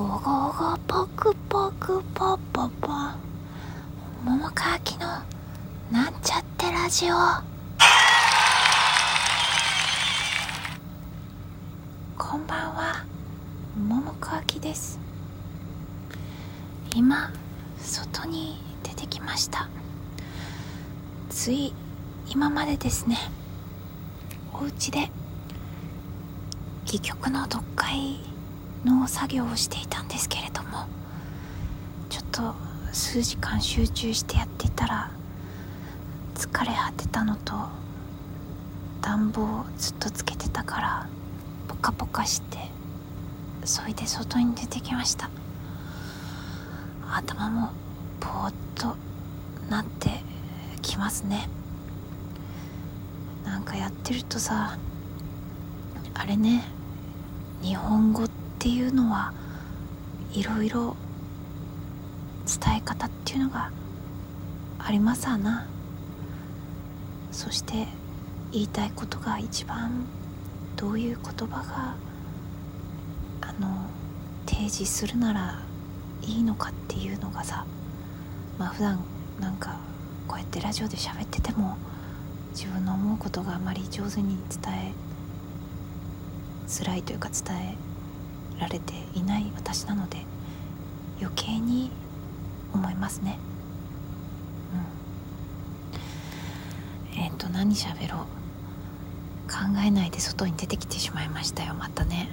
ゴゴゴポクポクポポポ桃川きのなんちゃってラジオ。こんばんは、桃川きです。今外に出てきました。つい今までですね、お家で戯曲の読解の作業をしていたんですけれども、ちょっと数時間集中してやっていたら疲れ果てたのと、暖房をずっとつけてたからポカポカして、それで外に出てきました。頭もぼーっとなってきますね。なんかやってるとさ、あれね、日本語っていうのはいろいろ伝え方っていうのがありますわな。そして言いたいことが一番どういう言葉が提示するならいいのかっていうのがさ、普段なんかこうやってラジオで喋ってても自分の思うことがあまり上手に伝えづらいというか、伝えられていない私なので余計に思いますね。何喋ろう、考えないで外に出てきてしまいましたよ、またね。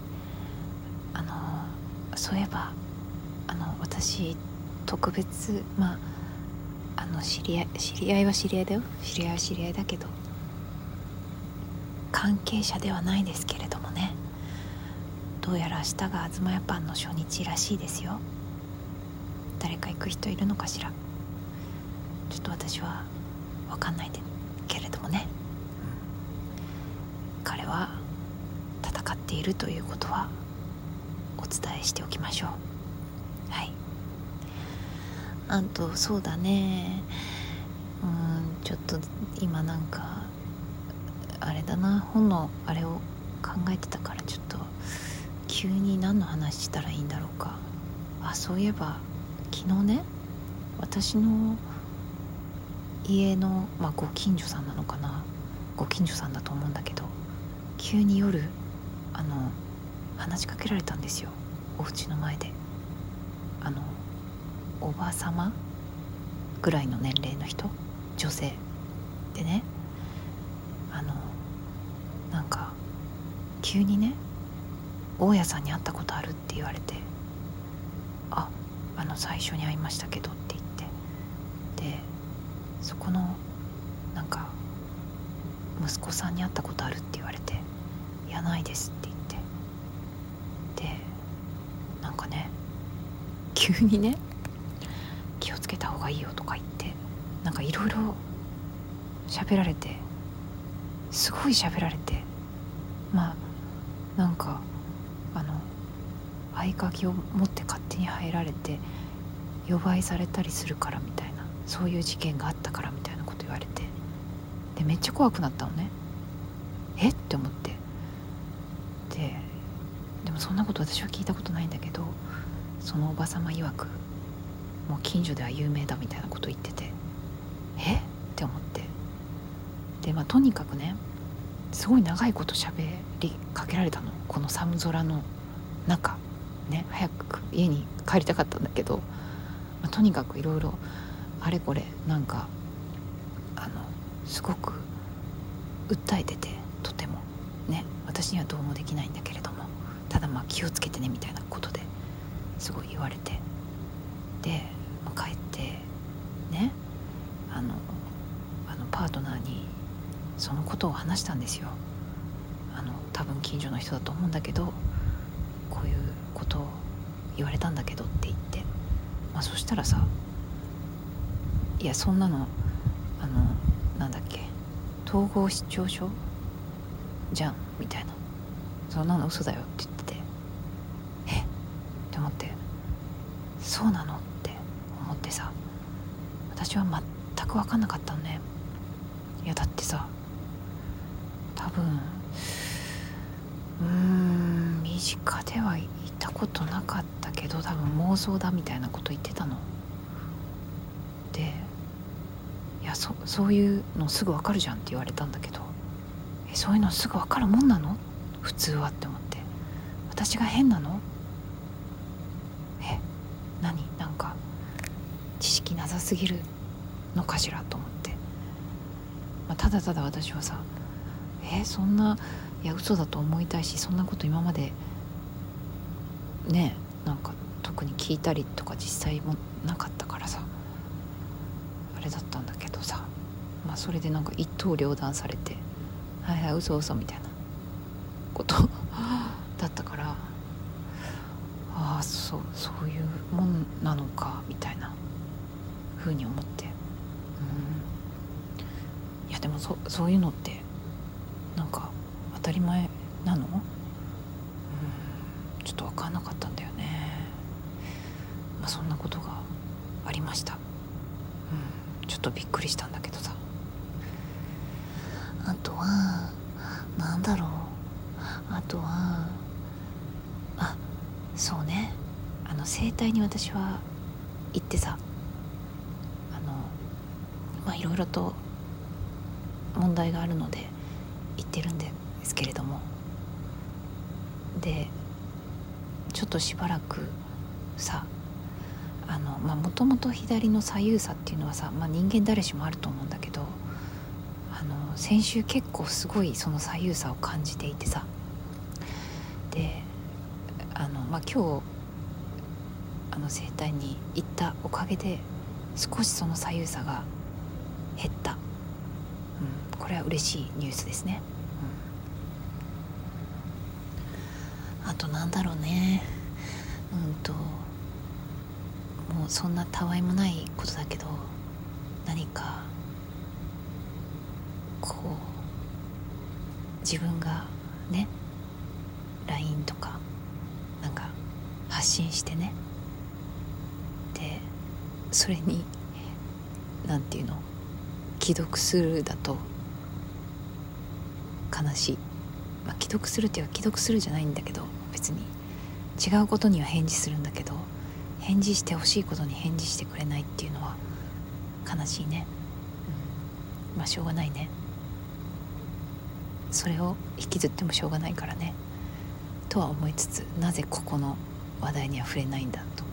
そういえば私特別、知り合いは知り合いだよ、知り合いは知り合いだけど関係者ではないですけれどもね、どうやら明日が東屋パンの初日らしいですよ。誰か行く人いるのかしら。ちょっと私は分かんないけれどもね、彼は戦っているということはお伝えしておきましょう。はい。あとそうだね、ちょっと今なんかあれだな、本のあれを考えてたから、ちょっと急に何の話したらいいんだろうか。そういえば昨日ね、私の家の、ご近所さんなのかな、ご近所さんだと思うんだけど、急に夜話しかけられたんですよ、お家の前で。おばあ様ぐらいの年齢の人、女性でね、なんか急にね、大家さんに会ったことあるって言われて、最初に会いましたけどって言って、でそこのなんか息子さんに会ったことあるって言われて、いやないですって言って、でなんかね、急にね、気をつけた方がいいよとか言って、なんかいろいろ喋られて、すごい喋られて、なんか合鍵を持って勝手に入られて予売されたりするからみたいな、そういう事件があったからみたいなこと言われて、でめっちゃ怖くなったのね。って思って、でもそんなこと私は聞いたことないんだけど、そのおば様曰くもう近所では有名だみたいなこと言ってて、って思って、でとにかくね、すごい長いこと喋りかけられたの、この寒空の中ね。早く家に帰りたかったんだけど、とにかくいろいろあれこれなんかすごく訴えてて、とてもね、私にはどうもできないんだけれども、ただ気をつけてねみたいなことですごい言われて、で帰ってね、パートナーにそのことを話したんですよ。多分近所の人だと思うんだけど、こういうことを言われたんだけどって言って、そしたらさ、いやそんなのなんだっけ、統合失調症じゃんみたいな、そんなの嘘だよって言ってて、って思って、そうなのって思ってさ、私は全く分かんなかったのね。いやだってさ、多分身近ではいたたことなかったけど多分妄想だみたいなこと言ってたので、いやそういうのすぐ分かるじゃんって言われたんだけど、そういうのすぐ分かるもんなの普通はって思って、私が変なの？何なんか知識なさすぎるのかしらと思って、ただただ私はさそんないや嘘だと思いたいし、そんなこと今までねなんか特に聞いたりとか実際もなかったからさあれだったんだけどさ、それでなんか一刀両断されてはいはい嘘嘘みたいなことだったから、そういうもんなのかみたいな風に思って、いやでもそういうのってなんか当たり前なの？ちょっと分かんなかったんだよね。そんなことがありました。ちょっとびっくりしたんだけどさ。あとはなんだろう、あとはそうね、整体に私は行ってさ、いろいろと問題があるので行ってるんですけれども、でちょっとしばらくさもともと左の左右差っていうのはさ、人間誰しもあると思うんだけど、先週結構すごいその左右差を感じていてさ、で今日整体に行ったおかげで少しその左右差が減った、これは嬉しいニュースですね。あとなんだろうね、もうそんなたわいもないことだけど、何かこう自分がね LINE とかなんか発信してね、でそれになんていうの既読するだと悲しい、既読するっていうか既読するじゃないんだけど、別に違うことには返事するんだけど、返事してほしいことに返事してくれないっていうのは悲しいね。しょうがないね。それを引きずってもしょうがないからねとは思いつつ、なぜここの話題には触れないんだと思って、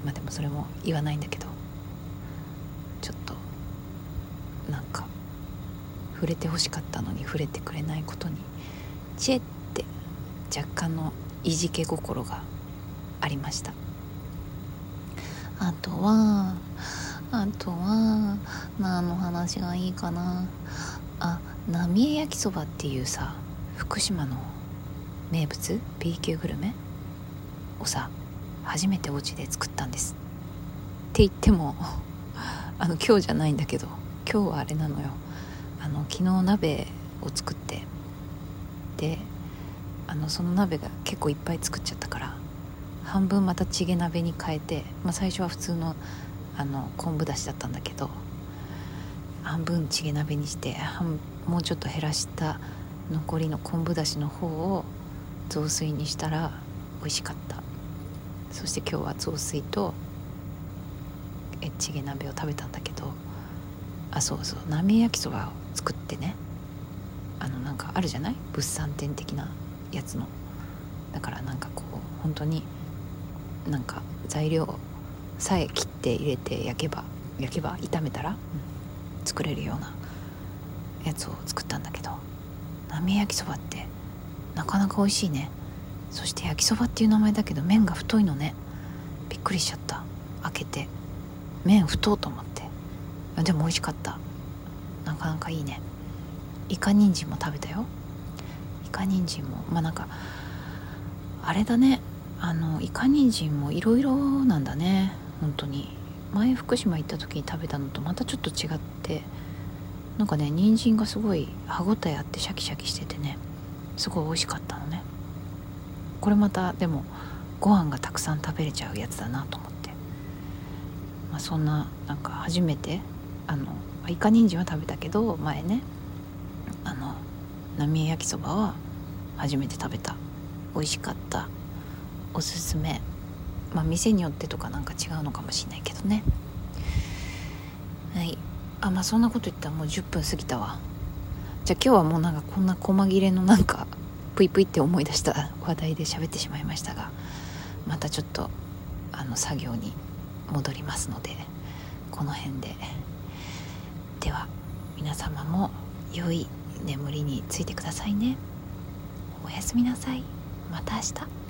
でもそれも言わないんだけど、ちょっとなんか触れてほしかったのに触れてくれないことにチェって若干のいじけ心がありました。あとは何の話がいいかな。浪江焼きそばっていうさ、福島の名物 B 級グルメをさ初めてお家で作ったんです。って言っても今日じゃないんだけど、今日はあれなのよ、昨日鍋を作って、でその鍋が結構いっぱい作っちゃったから半分またチゲ鍋に変えて、最初は普通の昆布だしだったんだけど、半分チゲ鍋にしてもうちょっと減らした残りの昆布だしの方を雑炊にしたら美味しかった。そして今日は雑炊とチゲ鍋を食べたんだけど、そう浪江焼きそばを作ってね、なんかあるじゃない、物産展的なやつの、だからなんかこう本当になんか材料さえ切って入れて焼けば炒めたら、作れるようなやつを作ったんだけど、浪江焼きそばってなかなか美味しいね。そして焼きそばっていう名前だけど麺が太いのね。びっくりしちゃった。開けて麺太うと思って、でも美味しかった。なかなかいいね。イカ人参も食べたよ。イカ人参もなんかあれだね、イカ人参もいろいろなんだね。本当に前福島行った時に食べたのとまたちょっと違って、なんかね人参がすごい歯ごたえあってシャキシャキしててね、すごい美味しかったのね。これまたでもご飯がたくさん食べれちゃうやつだなと思って、そんななんか初めてイカ人参は食べたけど、前ね浪江焼きそばは初めて食べた。美味しかった。 おすすめ。店によってとかなんか違うのかもしれないけどね。はい。そんなこと言ったらもう10分過ぎたわ。じゃあ今日はもうなんかこんな細切れのなんかぷいぷいって思い出した話題で喋ってしまいましたが、またちょっと作業に戻りますので、この辺で。では皆様も良い眠りについてくださいね。おやすみなさい。また明日。